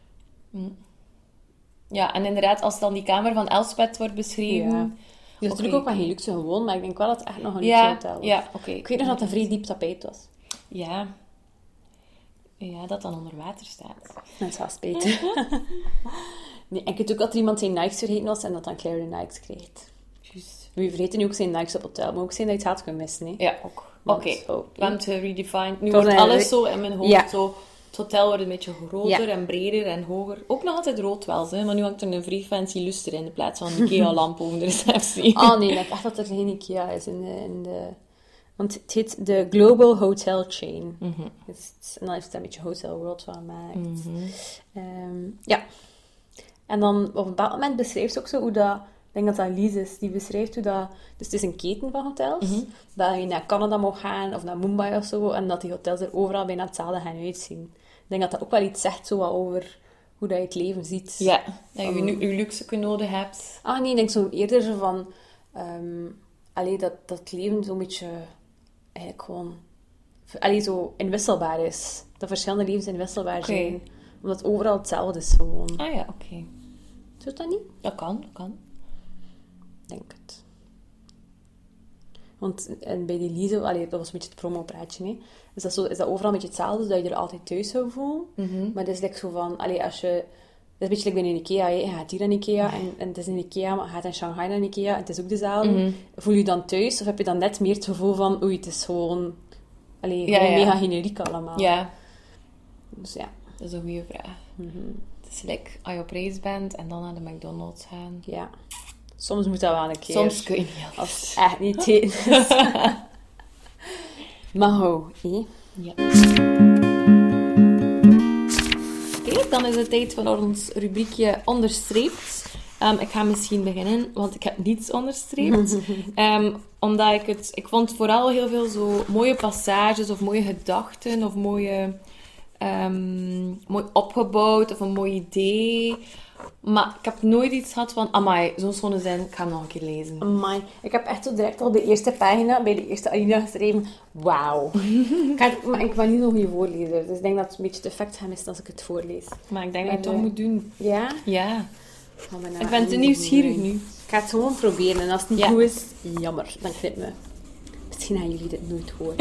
Ja, en inderdaad, als dan die kamer van Elspeth wordt beschreven... Ja. Het is natuurlijk ook wel heel luxe gewoon, maar ik denk wel dat het echt nog een luxe Ja, hotel was. ja, oké. Ik weet nog dat het een vrij diep tapijt was. Ja. Ja, dat dan onder water staat. Dat is wel spijtig. Nee, ik weet ook dat er iemand zijn Nikes vergeten was en dat dan Claire de Nikes kreeg. Juist. We vergeten nu ook zijn Nikes op het hotel, maar ook zijn dat je het had kunnen missen. Hè? Ja, ook. Want- Oké, oh, we hebben het geredefined. Nu Voor wordt een- alles zo in mijn hoofd Ja. zo Het hotel wordt een beetje groter Ja. en breder en hoger. Ook nog altijd rood wel, hè? Maar nu hangt er een vrij fancy lustre in plaats van een IKEA-lamp over de receptie. Oh nee, ik denk echt dat er geen IKEA is in de... Want het heet de Global Hotel Chain. En dan heeft het een beetje Hotel World van gemaakt. Ja. En dan op een bepaald moment beschrijft ze ook zo hoe dat... Ik denk dat dat Lies is. Die beschrijft hoe dat... Dus het is een keten van hotels. Dat je naar Canada mag gaan of naar Mumbai of zo. En dat die hotels er overal bijna hetzelfde gaan uitzien. Ik denk dat dat ook wel iets zegt zo wat over hoe dat je het leven ziet. Ja, dat je luxe nodig hebt. Ah nee, ik denk zo eerder zo van... dat het leven zo'n beetje... Eigenlijk gewoon... zo inwisselbaar is. Dat verschillende levens inwisselbaar zijn. Omdat het overal hetzelfde is gewoon. Ah ja, oké. Doet dat niet? Dat kan. Ik denk het. Want en bij die Lize... dat was een beetje het promopraatje, hè. Dus is dat overal een beetje hetzelfde, dat je er altijd thuis zou voelen. Maar het is like zo van... als je... Dat is een beetje like bij een IKEA, hè. Je gaat hier naar IKEA en het is een IKEA, maar je gaat in Shanghai naar IKEA en het is ook dezelfde. Voel je dan thuis of heb je dan net meer het gevoel van... Oei, het is gewoon... gewoon mega generiek allemaal. Ja. Dus ja. Dat is een goede vraag. Het is like, als je op reis bent en dan naar de McDonald's gaan. Ja. Soms moet dat wel een keer. Soms kun je niet anders. Als het echt niet eten is. Maar ho, hé? Ja. Oké, dan is het tijd voor ons rubriekje onderstreept. Ik ga misschien beginnen, want ik heb niets onderstreept. Omdat ik vond vooral heel veel zo mooie passages of mooie gedachten of mooi opgebouwd of een mooi idee. Maar ik heb nooit iets gehad van, amai, zo'n schone zin, ik ga hem nog een keer lezen. Amai. Ik heb echt zo direct al de eerste pagina, bij de eerste alinea geschreven, wauw. Maar ik ben niet zo'n goede voorlezer, dus ik denk dat het een beetje het effect gaat missen als ik het voorlees. Maar ik denk dat je het toch moet doen. Ja? Ja. Ik ben te nieuwsgierig nu. Ik ga het gewoon proberen en als het niet goed is, jammer, dan knip me. Misschien gaan jullie dit nooit horen.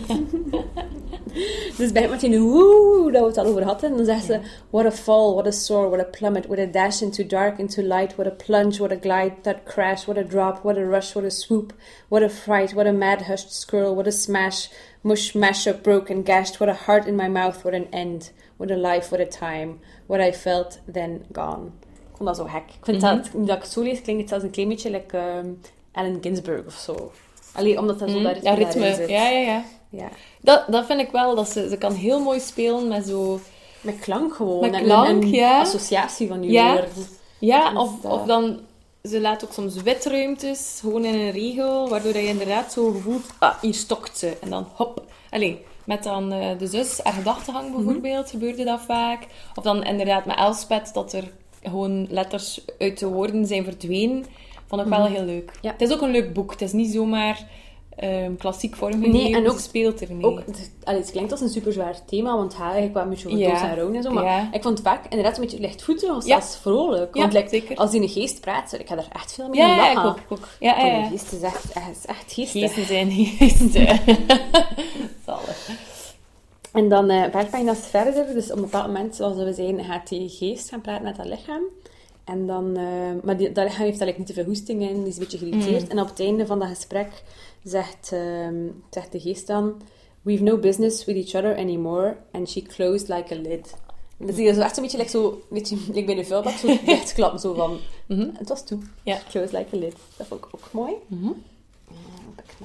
Dus bij het met die woe, dat we het al over hadden. Dan zegt ze, what a fall, what a soar, what a plummet, what a dash into dark, into light, what a plunge, what a glide, that crash, what a drop, what a rush, what a swoop, what a fright, what a mad hushed scroll, what a smash, mush, mash up, broken, gashed, what a heart in my mouth, what an end, what a life, what a time, what I felt, then gone. Ik vond dat zo gek. Ik vind dat, nu dat ik het zo lees, klinkt het zelfs een klein beetje like Allen Ginsberg of zo. Alleen omdat dat zo dat ritme zit. Ja. Dat vind ik wel, dat ze kan heel mooi spelen met zo... Met klank gewoon. Met klank, en associatie van je woorden. Ja, of dan... Ze laat ook soms witruimtes, gewoon in een regel, waardoor je inderdaad zo gevoelt, hier stokt ze. En dan hop. Met dan de zus, haar gedachtegang bijvoorbeeld, gebeurde dat vaak. Of dan inderdaad met Elspeth, dat er gewoon letters uit de woorden zijn verdwenen. Vond ik wel heel leuk. Ja. Het is ook een leuk boek. Het is niet zomaar klassiek vormgegeven. Nee, en ook speelt er mee. Ook, het klinkt als een super zwaar thema, want het gaat eigenlijk wel een beetje over dood en rouw en zo. Maar ik vond het vaak inderdaad een beetje lichtvoetig of zelfs vrolijk. Want zeker. Als die een geest praat, ik ga er echt veel mee lachen. Ja, ik ook. Ja. De geest is echt geestig. Geesten zijn geesten. Zalig. En dan een paar pagina's verder, dus op een bepaald moment, zoals we zeiden, gaat die geest gaan praten met dat lichaam. En dan, maar dat lichaam heeft eigenlijk niet te veel hoesting in, die is een beetje geïrriteerd. En op het einde van dat gesprek zegt de geest dan, we've no business with each other anymore, and she closed like a lid. Dus die is echt een beetje like bij de vuilbak, zo dichtklappen, zo van, het was toe. Ja. Closed like a lid. Dat vond ik ook mooi. Wat heb ik nog?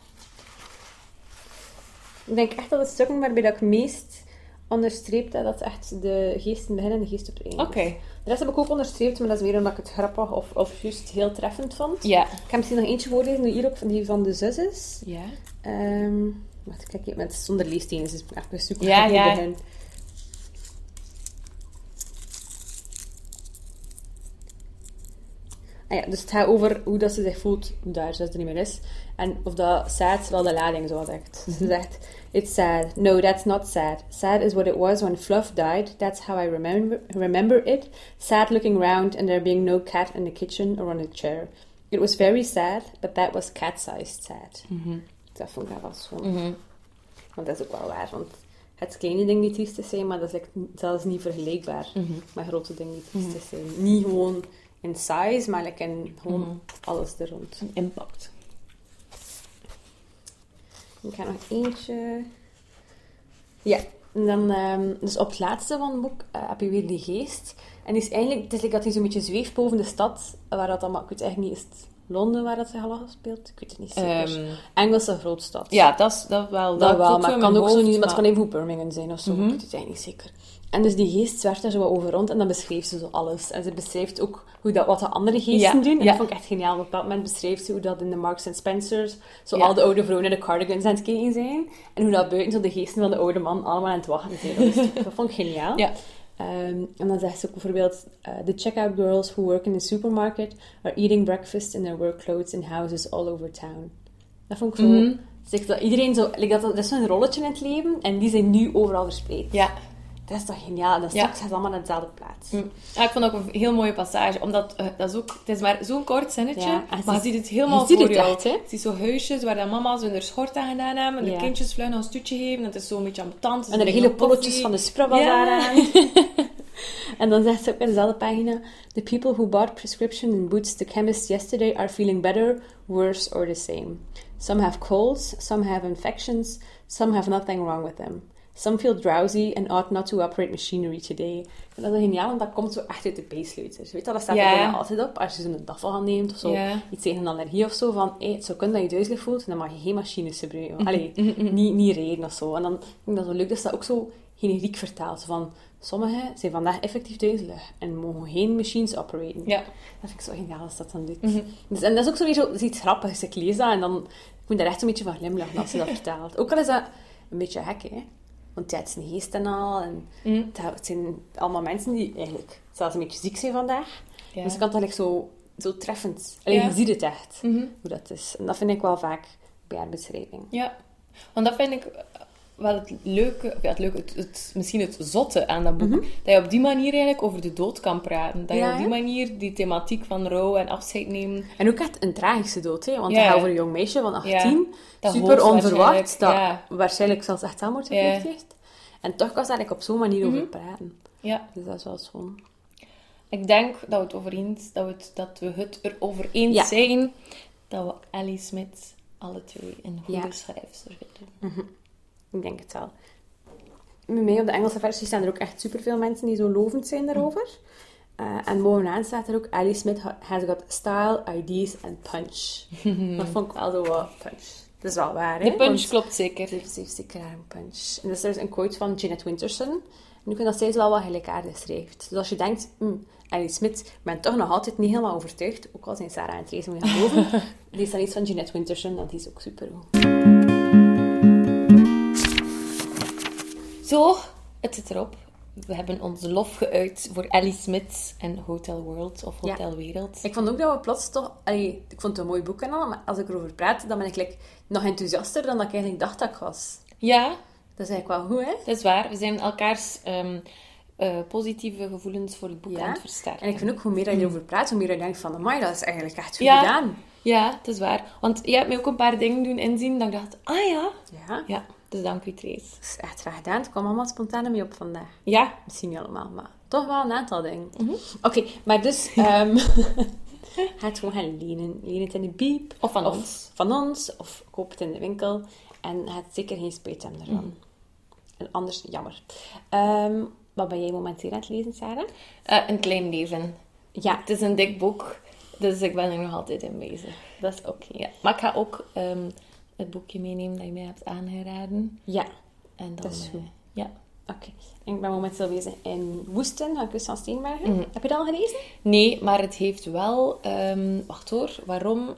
Ik denk echt dat het stuk waarbij dat ik meest onderstreept heb, dat echt de geesten beginnen en de geest op het einde. Oké. De rest heb ik ook onderstreept, maar dat is meer omdat ik het grappig of juist heel treffend vond. Ja. Ik ga misschien nog eentje voorlezen, die hier ook die van de zus is. Ja. Wacht, kijk, het is zonder leestenen, dus ik moet even zoeken ja. het begin. Dus het gaat over hoe dat ze zich voelt, hoe daar zus er niet meer is. En of dat sad wel de lading zo zegt. Ze zegt, it's sad. No, that's not sad. Sad is what it was when Fluff died. That's how I remember it. Sad looking round and there being no cat in the kitchen or on a chair. It was very sad, but that was cat-sized sad. Dat vond ik wel zo. Want dat is ook wel waar, want het kleine ding die triestig zijn, maar dat is zelfs niet vergelijkbaar met grote dingen die triestig zijn. Niet gewoon in size, maar in gewoon alles er rond. Impact. Ik ga nog eentje... Ja, En dan, dus op het laatste van het boek heb je weer die geest. En die is eigenlijk, het is like dat hij zo'n beetje zweeft boven de stad, waar dat allemaal, ik weet eigenlijk niet, is het Londen waar dat zich al afspeelt? Ik weet het niet zeker. Engelse grootstad. Ja, dat wel. Dat wel, maar het kan ook zo niet, maar het kan even... even goed Birmingham zijn of zo, ik weet het eigenlijk niet zeker. En dus die geest zwerft daar zo wat over rond en dan beschrijft ze zo alles. En ze beschrijft ook wat de andere geesten doen. En dat vond ik echt geniaal. Op een bepaald moment beschrijft ze hoe dat in de Marks and Spencer's zo al de oude vrouwen in de cardigans aan het kijken zijn. En hoe dat buiten zo de geesten van de oude man allemaal aan het wachten zijn. Dat vond ik geniaal. Ja. En dan zegt ze ook bijvoorbeeld... the checkout girls who work in the supermarket are eating breakfast in their work clothes in houses all over town. Dat vond ik zo... Zegt dat iedereen zo... dat is zo'n rolletje in het leven en die zijn nu overal verspreid. Ja. Dat is toch geniaal? Dat straks zijn ze allemaal in dezelfde plaats. Ja, ik vond het ook een heel mooie passage. Omdat dat is ook... Het is maar zo'n kort zinnetje. Ja, maar je ziet het helemaal voor jou. Je ziet zo huisjes waar de mama's hun schort aan gedaan hebben. En de kindjes vlug een stoetje geven. Het is zo een beetje ambetant. En de hele polletjes van de Suprabazaar aan. En dan zegt ze ook in dezelfde pagina... The people who bought prescription in Boots the chemist yesterday are feeling better, worse or the same. Some have colds, some have infections, some have nothing wrong with them. Some feel drowsy and ought not to operate machinery today. Ik vind dat zo geniaal, want dat komt zo echt uit de bijsluiters. Weet je, dat staat er bijna altijd op. Als je zo'n daffel gaat neemt of zo, iets tegen een allergie of zo, van het zou kunnen dat je duizelig voelt, dan mag je geen machines gebruiken. Allee, niet rijden of zo. En dan vind ik dat zo leuk dat ze dat ook zo generiek vertaalt. Van, sommigen zijn vandaag effectief duizelig en mogen geen machines operaten. Ja. Dat vind ik zo geniaal als dat dan doet. Dus, en dat is ook zo weer zo iets grappigs. Ik lees dat en dan ik moet daar echt een beetje van glimlachen als ze dat vertaalt. Ook al is dat een beetje gek, hè. Want ja, het is een geest en al. En het zijn allemaal mensen die eigenlijk zelfs een beetje ziek zijn vandaag. Ja. Dus ik kan het eigenlijk zo treffend... Alleen je ziet het echt, hoe dat is. En dat vind ik wel vaak bij haar beschrijving. Ja, want dat vind ik wel het leuke... misschien het zotte aan dat boek. Dat je op die manier eigenlijk over de dood kan praten. Dat je op die manier die thematiek van rouw en afscheid nemen... En ook echt een tragische dood, hè. Want het gaat over een jong meisje van 18. Super onverwacht. Dat waarschijnlijk zelfs echt zelfmoord gepleegd heeft. En toch kan ze eigenlijk op zo'n manier over praten. Ja. Dus dat is wel schoon. Ik denk dat we het erover eens zijn dat we Ellie Smith alle twee een goede schrijfster vinden. Ik denk het wel. Bij mij op de Engelse versie staan er ook echt superveel mensen die zo lovend zijn daarover. En bovenaan staat er ook... Ellie Smith has got style, ideas and punch. Dat vond ik wel zo wat punch. Dat is wel waar, hè? De punch klopt zeker. Ze heeft zeker haar een punch. En dus er is een quote van Jeanette Winterson. En ik vind dat zij wel wat gelijkaardig schrijft. Dus als je denkt... Ellie Smith, ik ben toch nog altijd niet helemaal overtuigd. Ook al zijn Sarah en Therese moet gaan geloven. Lees dan iets van Jeanette Winterson, want die is ook super goed. Zo, het zit erop. We hebben onze lof geuit voor Ellie Smith en Hotel World of Hotel Wereld. Ik vond ook dat we plots toch... ik vond het een mooi boek en al, maar als ik erover praat, dan ben ik nog enthousiaster dan dat ik eigenlijk dacht dat ik was. Ja. Dat is eigenlijk wel goed, hè? Dat is waar. We zijn elkaars positieve gevoelens voor het boek aan het versterken. En ik vind ook, hoe meer dat je erover praat, hoe meer je denkt van, amai, dat is eigenlijk echt goed gedaan. Ja, dat is waar. Want je hebt mij ook een paar dingen doen inzien dat ik dacht, ja. Dus dank u, Therese. Dat is echt graag gedaan. Het kwam allemaal spontaan mee op vandaag. Ja. Misschien niet allemaal, maar toch wel een aantal dingen. Oké, maar dus... Gaat gewoon gaan lenen. Leen het in de bieb. Of van ons. Van ons. Of koop het in de winkel. En gaat zeker geen spijt hebben ervan. En anders, jammer. Wat ben jij momenteel aan het lezen, Sarah? Een klein leven. Ja. Het is een dik boek. Dus ik ben er nog altijd in bezig. Dat is oké. Ja. Maar ik ga ook... het boekje meenemen dat je mij hebt aangeraden. Ja, en dan, dat is goed. Ja. Oké. Ik ben momenteel bezig in Woesten van Christian Steenbergen. Heb je dat al gelezen? Nee, maar het heeft wel... wacht hoor, waarom?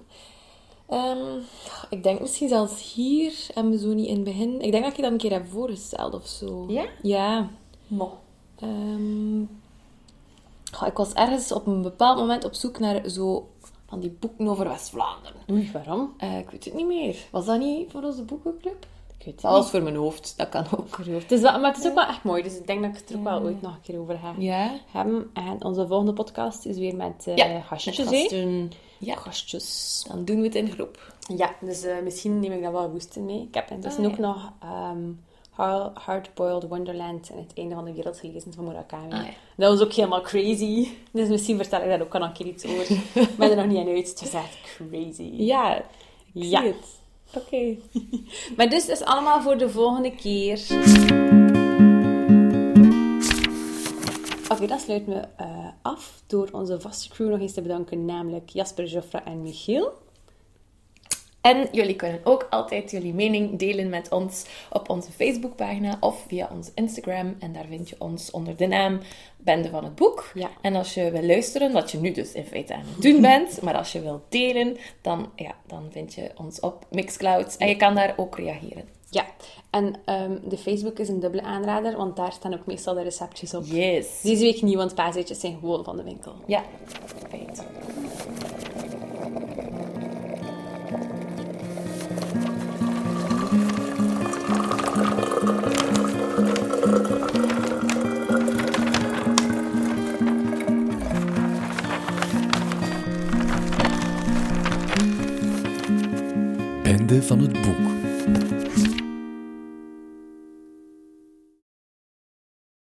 Ik denk misschien zelfs hier, en we zo niet in het begin... Ik denk dat ik je dat een keer heb voorgesteld of zo. Ja? Ja. Ik was ergens op een bepaald moment op zoek naar zo... van die boeken over West-Vlaanderen. Oei, waarom? Ik weet het niet meer. Was dat niet voor onze boekenclub? Ik weet het dat was voor mijn hoofd. Dat kan ook. Het is wel, maar het is ook wel echt mooi. Dus ik denk dat ik het er ook wel ooit nog een keer over ga hebben. En onze volgende podcast is weer met gastjes. Ja, gastjes. Dan doen we het in groep. Ja, dus misschien neem ik dat wel Woesten mee. Ik heb intussen ook nog... Hard-Boiled Wonderland en Het Einde van de Wereld gelezen van Murakami. Dat was ook helemaal crazy. Dus misschien vertel ik daar ook al een keer iets over. Ik ben er nog niet aan uit. Het is echt crazy. Ja, ik zie het. Oké. Maar dus is allemaal voor de volgende keer. Oké, dan sluiten we af door onze vaste crew nog eens te bedanken, namelijk Jasper, Joffra en Michiel. En jullie kunnen ook altijd jullie mening delen met ons op onze Facebookpagina of via ons Instagram. En daar vind je ons onder de naam Bende van het Boek. Ja. En als je wil luisteren, wat je nu dus in feite aan het doen bent, maar als je wilt delen, dan vind je ons op Mixcloud. En je kan daar ook reageren. Ja, en de Facebook is een dubbele aanrader, want daar staan ook meestal de receptjes op. Yes. Deze week niet, want paaseitjes zijn gewoon van de winkel. Ja, feit. Bende van het Boek.